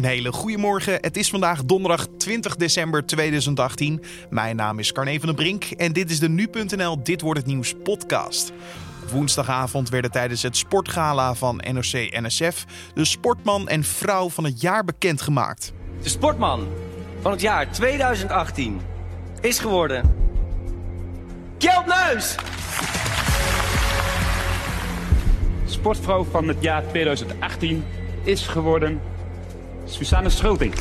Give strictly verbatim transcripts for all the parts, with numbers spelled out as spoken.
Een hele goede morgen. Het is vandaag donderdag twintig december tweeduizend achttien. Mijn naam is Carne van den Brink en dit is de nu punt n l Dit Wordt Het Nieuws podcast. Woensdagavond werden tijdens het sportgala van N O C N S F de sportman en vrouw van het jaar bekendgemaakt. De sportman van het jaar tweeduizend achttien is geworden Kjeld Nuis. Sportvrouw van het jaar tweeduizend achttien is geworden Suzanne Schulting.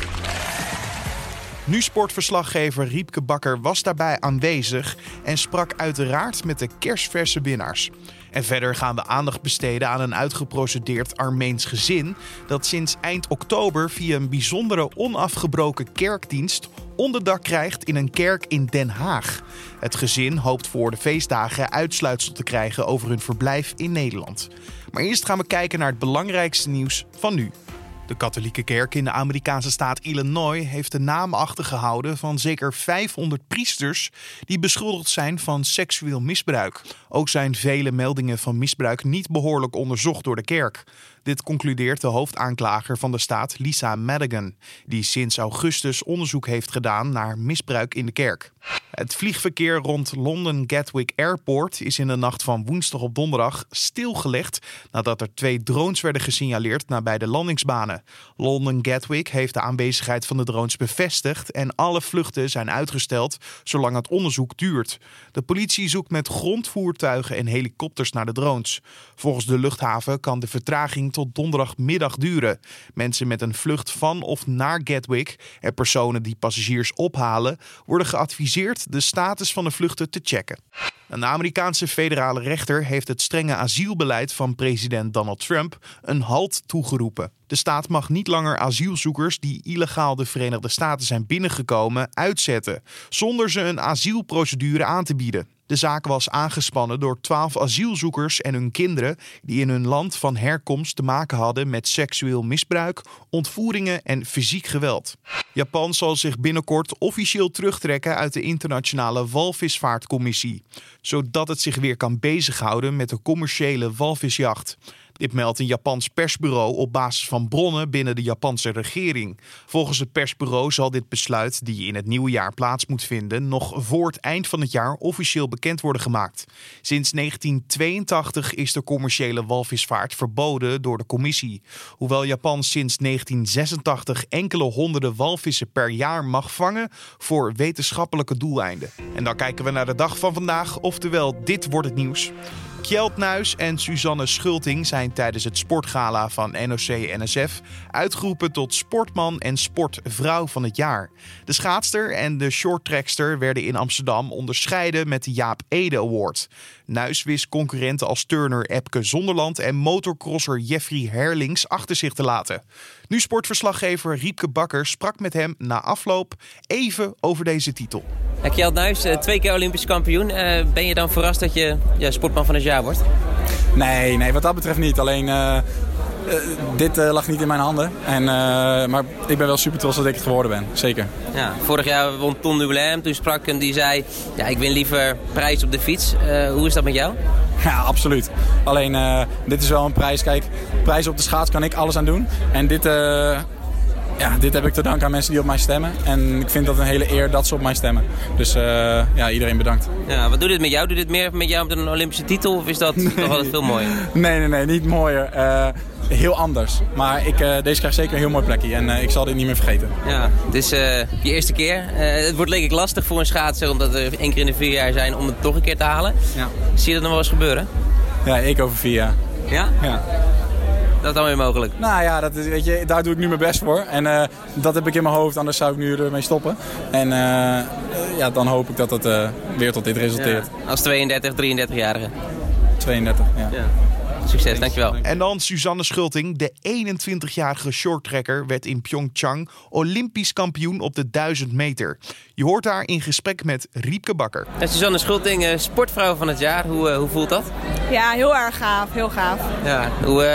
Nu-sportverslaggever Riepke Bakker was daarbij aanwezig en sprak uiteraard met de kersverse winnaars. En verder gaan we aandacht besteden aan een uitgeprocedeerd Armeens gezin dat sinds eind oktober via een bijzondere onafgebroken kerkdienst onderdak krijgt in een kerk in Den Haag. Het gezin hoopt voor de feestdagen uitsluitsel te krijgen over hun verblijf in Nederland. Maar eerst gaan we kijken naar het belangrijkste nieuws van nu. De katholieke kerk in de Amerikaanse staat Illinois heeft de naam achtergehouden van zeker vijfhonderd priesters die beschuldigd zijn van seksueel misbruik. Ook zijn vele meldingen van misbruik niet behoorlijk onderzocht door de kerk. Dit concludeert de hoofdaanklager van de staat, Lisa Madigan, die sinds augustus onderzoek heeft gedaan naar misbruik in de kerk. Het vliegverkeer rond London Gatwick Airport is in de nacht van woensdag op donderdag stilgelegd nadat er twee drones werden gesignaleerd nabij de landingsbanen. London Gatwick heeft de aanwezigheid van de drones bevestigd en alle vluchten zijn uitgesteld zolang het onderzoek duurt. De politie zoekt met grondvoertuigen en helikopters naar de drones. Volgens de luchthaven kan de vertraging tot donderdagmiddag duren. Mensen met een vlucht van of naar Gatwick en personen die passagiers ophalen worden geadviseerd de status van de vluchten te checken. Een Amerikaanse federale rechter heeft het strenge asielbeleid van president Donald Trump een halt toegeroepen. De staat mag niet langer asielzoekers die illegaal de Verenigde Staten zijn binnengekomen uitzetten, zonder ze een asielprocedure aan te bieden. De zaak was aangespannen door twaalf asielzoekers en hun kinderen die in hun land van herkomst te maken hadden met seksueel misbruik, ontvoeringen en fysiek geweld. Japan zal zich binnenkort officieel terugtrekken uit de internationale walvisvaartcommissie, zodat het zich weer kan bezighouden met de commerciële walvisjacht. Dit meldt een Japans persbureau op basis van bronnen binnen de Japanse regering. Volgens het persbureau zal dit besluit, die in het nieuwe jaar plaats moet vinden, nog voor het eind van het jaar officieel bekend worden gemaakt. Sinds negentien tweeëntachtig is de commerciële walvisvaart verboden door de commissie. Hoewel Japan sinds negentien zesentachtig enkele honderden walvissen per jaar mag vangen voor wetenschappelijke doeleinden. En dan kijken we naar de dag van vandaag, oftewel dit wordt het nieuws. Kjeld Nuis en Suzanne Schulting zijn tijdens het sportgala van N O C N S F uitgeroepen tot sportman en sportvrouw van het jaar. De schaatster en de shorttrackster werden in Amsterdam onderscheiden met de Jaap Ede Award. Nuis wist concurrenten als turner Epke Zonderland en motorcrosser Jeffrey Herlings achter zich te laten. Nu sportverslaggever Riepke Bakker sprak met hem na afloop even over deze titel. Ja, Kjeld Nuis, twee keer Olympisch kampioen. Uh, ben je dan verrast dat je ja, sportman van het jaar wordt? Nee, nee, wat dat betreft niet. Alleen, uh, uh, dit uh, lag niet in mijn handen. En, uh, maar ik ben wel super trots dat ik het geworden ben, zeker. Ja, vorig jaar won Tom Dumoulin. Toen sprak ik hem, die zei, ja, ik win liever prijs op de fiets. Uh, hoe is dat met jou? Ja, absoluut. Alleen, uh, dit is wel een prijs. Kijk, prijs op de schaats kan ik alles aan doen. En dit... Uh, Ja, dit heb ik te danken aan mensen die op mij stemmen. En ik vind dat een hele eer dat ze op mij stemmen. Dus uh, ja, iedereen bedankt. Ja, wat doet dit met jou? Doet dit meer met jou met een Olympische titel? Of is dat nee. toch altijd veel mooier? Nee, nee, nee, niet mooier. Uh, heel anders. Maar ik, uh, deze krijgt zeker een heel mooi plekje. En uh, ik zal dit niet meer vergeten. Ja, het is uh, je eerste keer. Uh, het wordt denk ik lastig voor een schaatser. Omdat er één keer in de vier jaar zijn om het toch een keer te halen. Ja. Zie je dat nog wel eens gebeuren? Ja, ik over vier jaar. Ja? Ja. Dat is dan weer mogelijk? Nou ja, dat is, weet je, daar doe ik nu mijn best voor. En uh, dat heb ik in mijn hoofd, anders zou ik nu ermee stoppen. En uh, uh, ja, dan hoop ik dat het uh, weer tot dit resulteert. Ja, als tweeëndertig, drieëndertig-jarige? tweeëndertig, ja. ja. Succes, dankjewel. En dan Suzanne Schulting, de eenentwintigjarige shorttrekker, werd in Pyeongchang Olympisch kampioen op de duizend meter. Je hoort haar in gesprek met Riepke Bakker. En Suzanne Schulting, sportvrouw van het jaar. Hoe, uh, hoe voelt dat? Ja, heel erg gaaf. Heel gaaf. Ja, hoe, uh,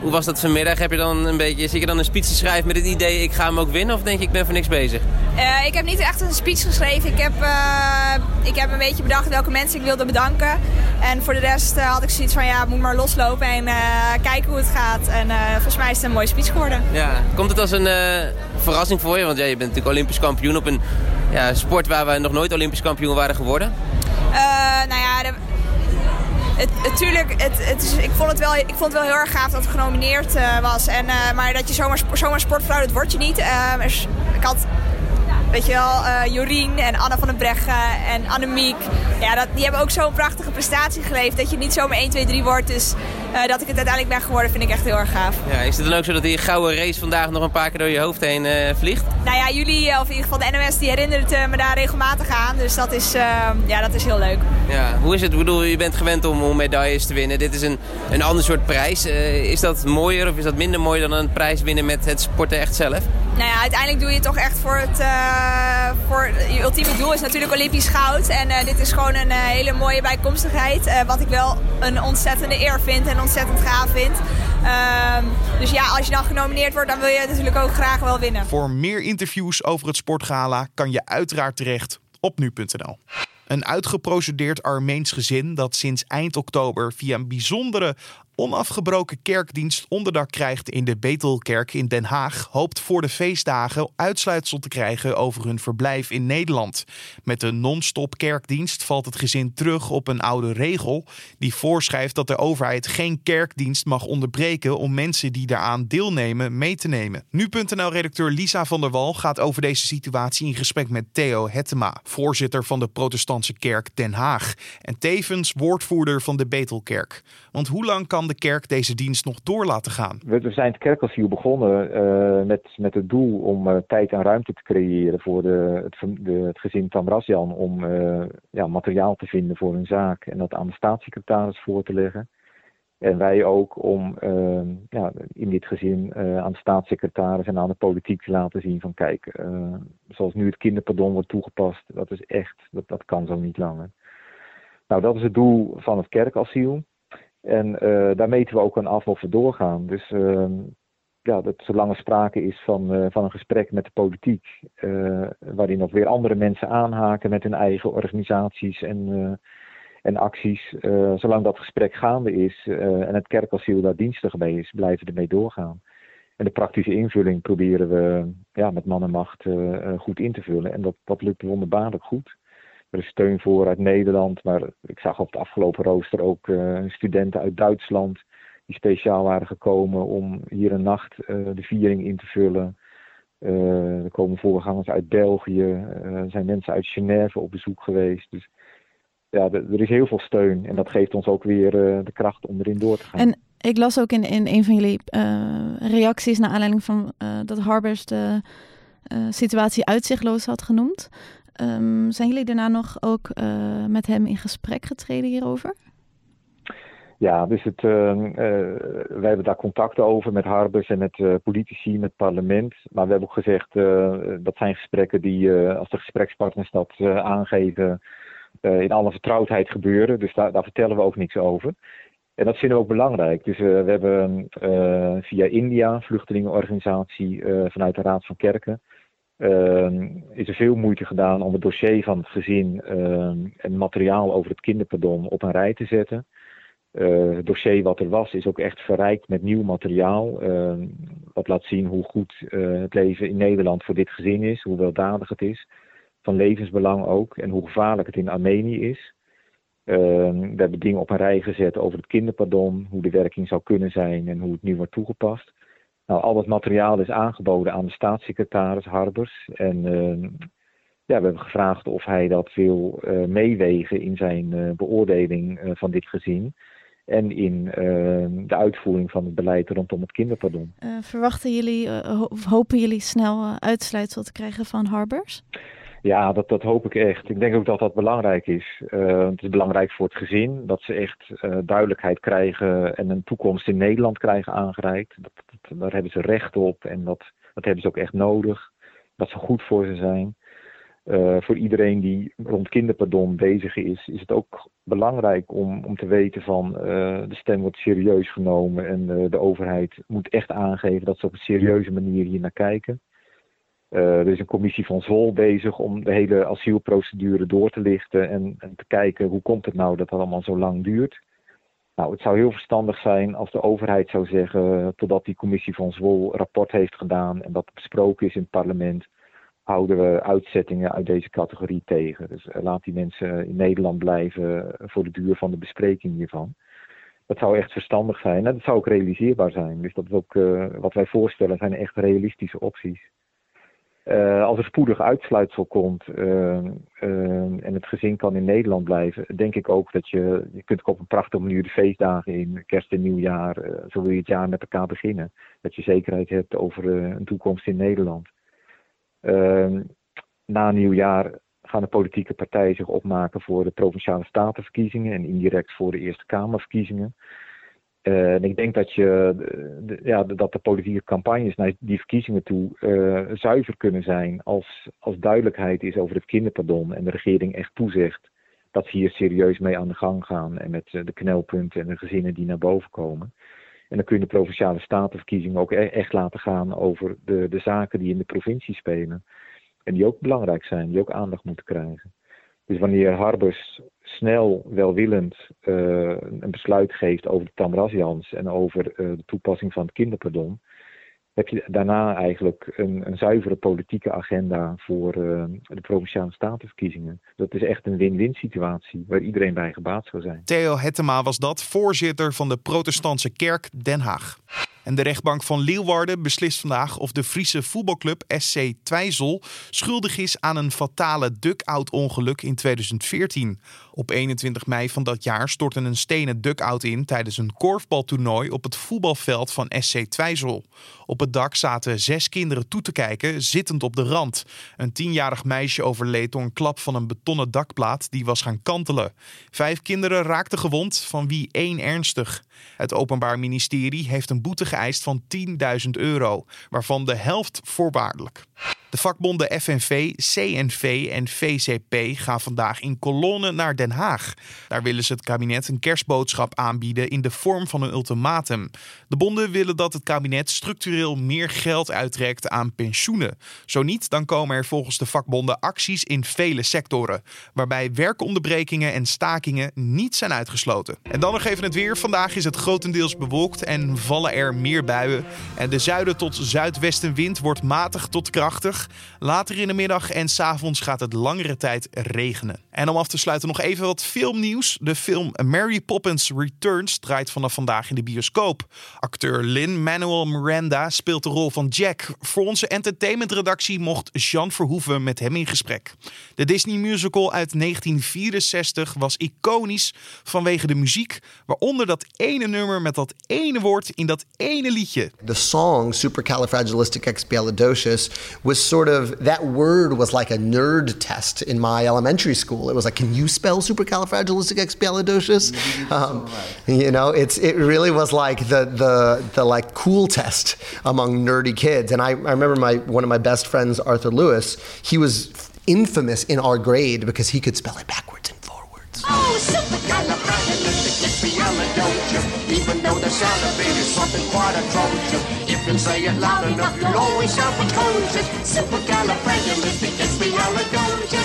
hoe was dat vanmiddag? Heb je dan een beetje, zit je dan een speech te schrijven met het idee ik ga hem ook winnen? Of denk je ik ben voor niks bezig? Uh, ik heb niet echt een speech geschreven. Ik heb, uh, ik heb een beetje bedacht welke mensen ik wilde bedanken. En voor de rest uh, had ik zoiets van ja, moet maar loslopen en uh, kijken hoe het gaat. En uh, volgens mij is het een mooie speech geworden. Ja, komt het als een uh, verrassing voor je? Want ja, je bent natuurlijk Olympisch kampioen op een ja, sport waar we nog nooit Olympisch kampioen waren geworden. Uh, nou ja, de, het, natuurlijk, het, het is, ik, vond het wel, ik vond het wel heel erg gaaf dat het genomineerd uh, was. En, uh, maar dat je zomaar, zomaar sportvrouw, dat word je niet. Uh, er, ik had, weet je wel, uh, Jorien en Anna van den Breggen en Annemiek. Ja, dat, die hebben ook zo'n prachtige prestatie geleverd dat je niet zomaar één, twee, drie wordt. Dus uh, dat ik het uiteindelijk ben geworden vind ik echt heel erg gaaf. Ja, is het dan ook zo dat die gouden race vandaag nog een paar keer door je hoofd heen uh, vliegt? Nou ja, jullie, of in ieder geval de N O S, die herinnert uh, me daar regelmatig aan. Dus dat is, uh, ja, dat is heel leuk. Ja, hoe is het? Ik bedoel, je bent gewend om, om medailles te winnen. Dit is een, een ander soort prijs. Uh, is dat mooier of is dat minder mooi dan een prijs winnen met het sporten echt zelf? Nou ja, uiteindelijk doe je het toch echt voor het... Uh, voor, je ultieme doel is natuurlijk Olympisch goud. En uh, dit is gewoon een uh, hele mooie bijkomstigheid. Uh, wat ik wel een ontzettende eer vind en ontzettend gaaf vind. Uh, dus ja, als je dan genomineerd wordt, dan wil je natuurlijk ook graag wel winnen. Voor meer interviews over het sportgala kan je uiteraard terecht op nu punt n l. Een uitgeprocedeerd Armeens gezin dat sinds eind oktober via een bijzondere onafgebroken kerkdienst onderdak krijgt in de Bethelkerk in Den Haag, hoopt voor de feestdagen uitsluitsel te krijgen over hun verblijf in Nederland. Met de non-stop kerkdienst valt het gezin terug op een oude regel die voorschrijft dat de overheid geen kerkdienst mag onderbreken om mensen die daaraan deelnemen mee te nemen. nu punt n l-redacteur Lisa van der Wal gaat over deze situatie in gesprek met Theo Hettema, voorzitter van de Protestantse Kerk Den Haag en tevens woordvoerder van de Bethelkerk. Want hoe lang kan de kerk deze dienst nog door laten gaan? We zijn het kerkasiel begonnen uh, met, met het doel om uh, tijd en ruimte te creëren voor de, het, de, het gezin Tamrazjan om uh, ja, materiaal te vinden voor hun zaak en dat aan de staatssecretaris voor te leggen. En wij ook om uh, ja, in dit gezin uh, aan de staatssecretaris en aan de politiek te laten zien van kijk, uh, zoals nu het kinderpardon wordt toegepast, dat is echt, dat, dat kan zo niet langer. Nou, dat is het doel van het kerkasiel. En uh, daar meten we ook aan af of we doorgaan. Dus uh, ja, dat zolang er sprake is van, uh, van een gesprek met de politiek, uh, waarin ook weer andere mensen aanhaken met hun eigen organisaties en, uh, en acties. Uh, zolang dat gesprek gaande is uh, en het kerkasiel daar dienstig mee is, blijven we ermee doorgaan. En de praktische invulling proberen we ja, met man en macht uh, goed in te vullen. En dat, dat lukt wonderbaarlijk goed. Er is steun voor uit Nederland, maar ik zag op het afgelopen rooster ook uh, studenten uit Duitsland die speciaal waren gekomen om hier een nacht uh, de viering in te vullen. Uh, er komen voorgangers uit België, uh, er zijn mensen uit Genève op bezoek geweest. Dus ja, d- er is heel veel steun en dat geeft ons ook weer uh, de kracht om erin door te gaan. En ik las ook in, in een van jullie uh, reacties naar aanleiding van uh, dat Harbers de uh, situatie uitzichtloos had genoemd. Um, zijn jullie daarna nog ook uh, met hem in gesprek getreden hierover? Ja, dus het, uh, uh, wij hebben daar contact over met Harbers en met uh, politici, met het parlement. Maar we hebben ook gezegd, uh, dat zijn gesprekken die, uh, als de gesprekspartners dat uh, aangeven, uh, in alle vertrouwdheid gebeuren. Dus daar, daar vertellen we ook niks over. En dat vinden we ook belangrijk. Dus uh, we hebben uh, via India, een vluchtelingenorganisatie uh, vanuit de Raad van Kerken, Uh, is er veel moeite gedaan om het dossier van het gezin uh, en materiaal over het kinderpardon op een rij te zetten. Uh, het dossier wat er was is ook echt verrijkt met nieuw materiaal. Uh, wat laat zien hoe goed uh, het leven in Nederland voor dit gezin is, hoe weldadig het is. Van levensbelang ook en hoe gevaarlijk het in Armenië is. Uh, we hebben dingen op een rij gezet over het kinderpardon, hoe de werking zou kunnen zijn en hoe het nu wordt toegepast. Nou, al dat materiaal is aangeboden aan de staatssecretaris Harbers. En uh, ja, we hebben gevraagd of hij dat wil uh, meewegen in zijn uh, beoordeling uh, van dit gezin. En in uh, de uitvoering van het beleid rondom het kinderpardon. Uh, verwachten jullie, uh, ho- hopen jullie snel uh, uitsluitsel te krijgen van Harbers? Ja, dat, dat hoop ik echt. Ik denk ook dat dat belangrijk is. Uh, het is belangrijk voor het gezin dat ze echt uh, duidelijkheid krijgen en een toekomst in Nederland krijgen aangereikt. Dat, dat, daar hebben ze recht op en dat, dat hebben ze ook echt nodig. Dat ze goed voor ze zijn. Uh, voor iedereen die rond kinderpardon bezig is, is het ook belangrijk om, om te weten van uh, de stem wordt serieus genomen en uh, de overheid moet echt aangeven dat ze op een serieuze manier hier naar kijken. Uh, er is een commissie van Zwol bezig om de hele asielprocedure door te lichten en, en te kijken hoe komt het nou dat dat allemaal zo lang duurt. Nou, het zou heel verstandig zijn als de overheid zou zeggen, totdat die commissie van Zwol rapport heeft gedaan en dat besproken is in het parlement, houden we uitzettingen uit deze categorie tegen. Dus uh, laat die mensen in Nederland blijven voor de duur van de bespreking hiervan. Dat zou echt verstandig zijn en dat zou ook realiseerbaar zijn. Dus dat is ook uh, wat wij voorstellen, zijn echt realistische opties. Uh, als er spoedig uitsluitsel komt uh, uh, en het gezin kan in Nederland blijven, denk ik ook dat je, je kunt ook op een prachtige manier de feestdagen in, kerst en nieuwjaar, uh, zo wil je het jaar met elkaar beginnen. Dat je zekerheid hebt over uh, een toekomst in Nederland. Uh, na nieuwjaar gaan de politieke partijen zich opmaken voor de Provinciale Statenverkiezingen en indirect voor de Eerste Kamerverkiezingen. Uh, en ik denk dat, je, de, ja, dat de politieke campagnes naar die verkiezingen toe uh, zuiver kunnen zijn als, als duidelijkheid is over het kinderpardon en de regering echt toezegt dat ze hier serieus mee aan de gang gaan en met uh, de knelpunten en de gezinnen die naar boven komen. En dan kun je de Provinciale Statenverkiezingen ook e- echt laten gaan over de, de zaken die in de provincie spelen. En die ook belangrijk zijn, die ook aandacht moeten krijgen. Dus wanneer Harbers snel, welwillend uh, een besluit geeft over de Tam Razjans en over uh, de toepassing van het kinderpardon, heb je daarna eigenlijk een, een zuivere politieke agenda voor uh, de Provinciale Statenverkiezingen. Dat is echt een win-win situatie waar iedereen bij gebaat zou zijn. Theo Hettema was dat, voorzitter van de Protestantse Kerk Den Haag. En de rechtbank van Leeuwarden beslist vandaag of de Friese voetbalclub S C Twijzel schuldig is aan een fatale duck-out-ongeluk in tweeduizend veertien. Op eenentwintig mei van dat jaar stortte een stenen duck-out in tijdens een korfbaltoernooi op het voetbalveld van S C Twijzel. Op het dak zaten zes kinderen toe te kijken, zittend op de rand. Een tienjarig meisje overleed door een klap van een betonnen dakplaat die was gaan kantelen. Vijf kinderen raakten gewond, van wie één ernstig. Het Openbaar Ministerie heeft een boete geëist van tienduizend euro, waarvan de helft voorwaardelijk. De vakbonden F N V, C N V en V C P gaan vandaag in kolonne naar Den Haag. Daar willen ze het kabinet een kerstboodschap aanbieden in de vorm van een ultimatum. De bonden willen dat het kabinet structureel meer geld uittrekt aan pensioenen. Zo niet, dan komen er volgens de vakbonden acties in vele sectoren, waarbij werkonderbrekingen en stakingen niet zijn uitgesloten. En dan nog even het weer. Vandaag is het grotendeels bewolkt en vallen er meer buien. En de zuiden tot zuidwestenwind wordt matig tot krachtig. Later in de middag en 's avonds gaat het langere tijd regenen. En om af te sluiten nog even wat filmnieuws. De film Mary Poppins Returns draait vanaf vandaag in de bioscoop. Acteur Lin-Manuel Miranda speelt de rol van Jack. Voor onze entertainmentredactie mocht Jean Verhoeven met hem in gesprek. De Disney musical uit negentien vierenzestig was iconisch vanwege de muziek, waaronder dat ene nummer met dat ene woord in dat ene liedje. The song Supercalifragilisticexpialidocious was sort of, that word was like a nerd test in my elementary school. It was like, can you spell supercalifragilisticexpialidocious? Um, you know, it's it really was like the the the like cool test among nerdy kids. And I, I remember my one of my best friends, Arthur Lewis, he was infamous in our grade because he could spell it backwards and forwards. Oh, supercalifragilisticexpialidocious, even though the sound of it is something quite atrocious. If you say it loud enough, you'll always sound precocious. Supercalifragilisticexpialidocious.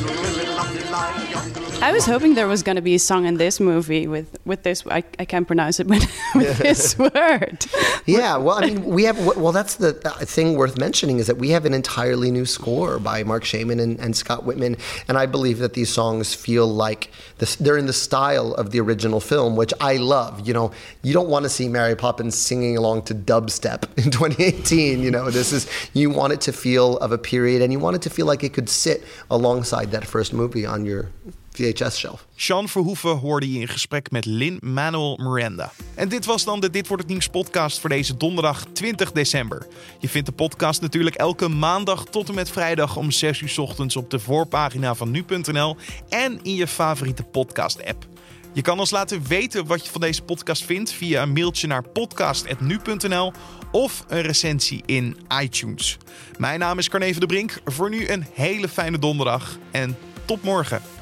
I was hoping there was going to be a song in this movie with, with this, I, I can't pronounce it, but with this word. Yeah, well, I mean, we have, well, that's the thing worth mentioning is that we have an entirely new score by Mark Shaman and, and Scott Whitman. And I believe that these songs feel like this, they're in the style of the original film, which I love. You know, you don't want to see Mary Poppins singing along to dubstep in twenty eighteen. You know, this is, you want it to feel of a period and you want it to feel like it could sit alongside that first movie on your V H S-shelf. Jean Verhoeven hoorde je in gesprek met Lin-Manuel Miranda. En dit was dan de Dit Wordt Het Nieuws podcast voor deze donderdag twintig december. Je vindt de podcast natuurlijk elke maandag tot en met vrijdag om zes uur 's ochtends op de voorpagina van nu punt n l en in je favoriete podcast-app. Je kan ons laten weten wat je van deze podcast vindt via een mailtje naar podcast punt nu punt n l of een recensie in iTunes. Mijn naam is Carne van der Brink. Voor nu een hele fijne donderdag en tot morgen.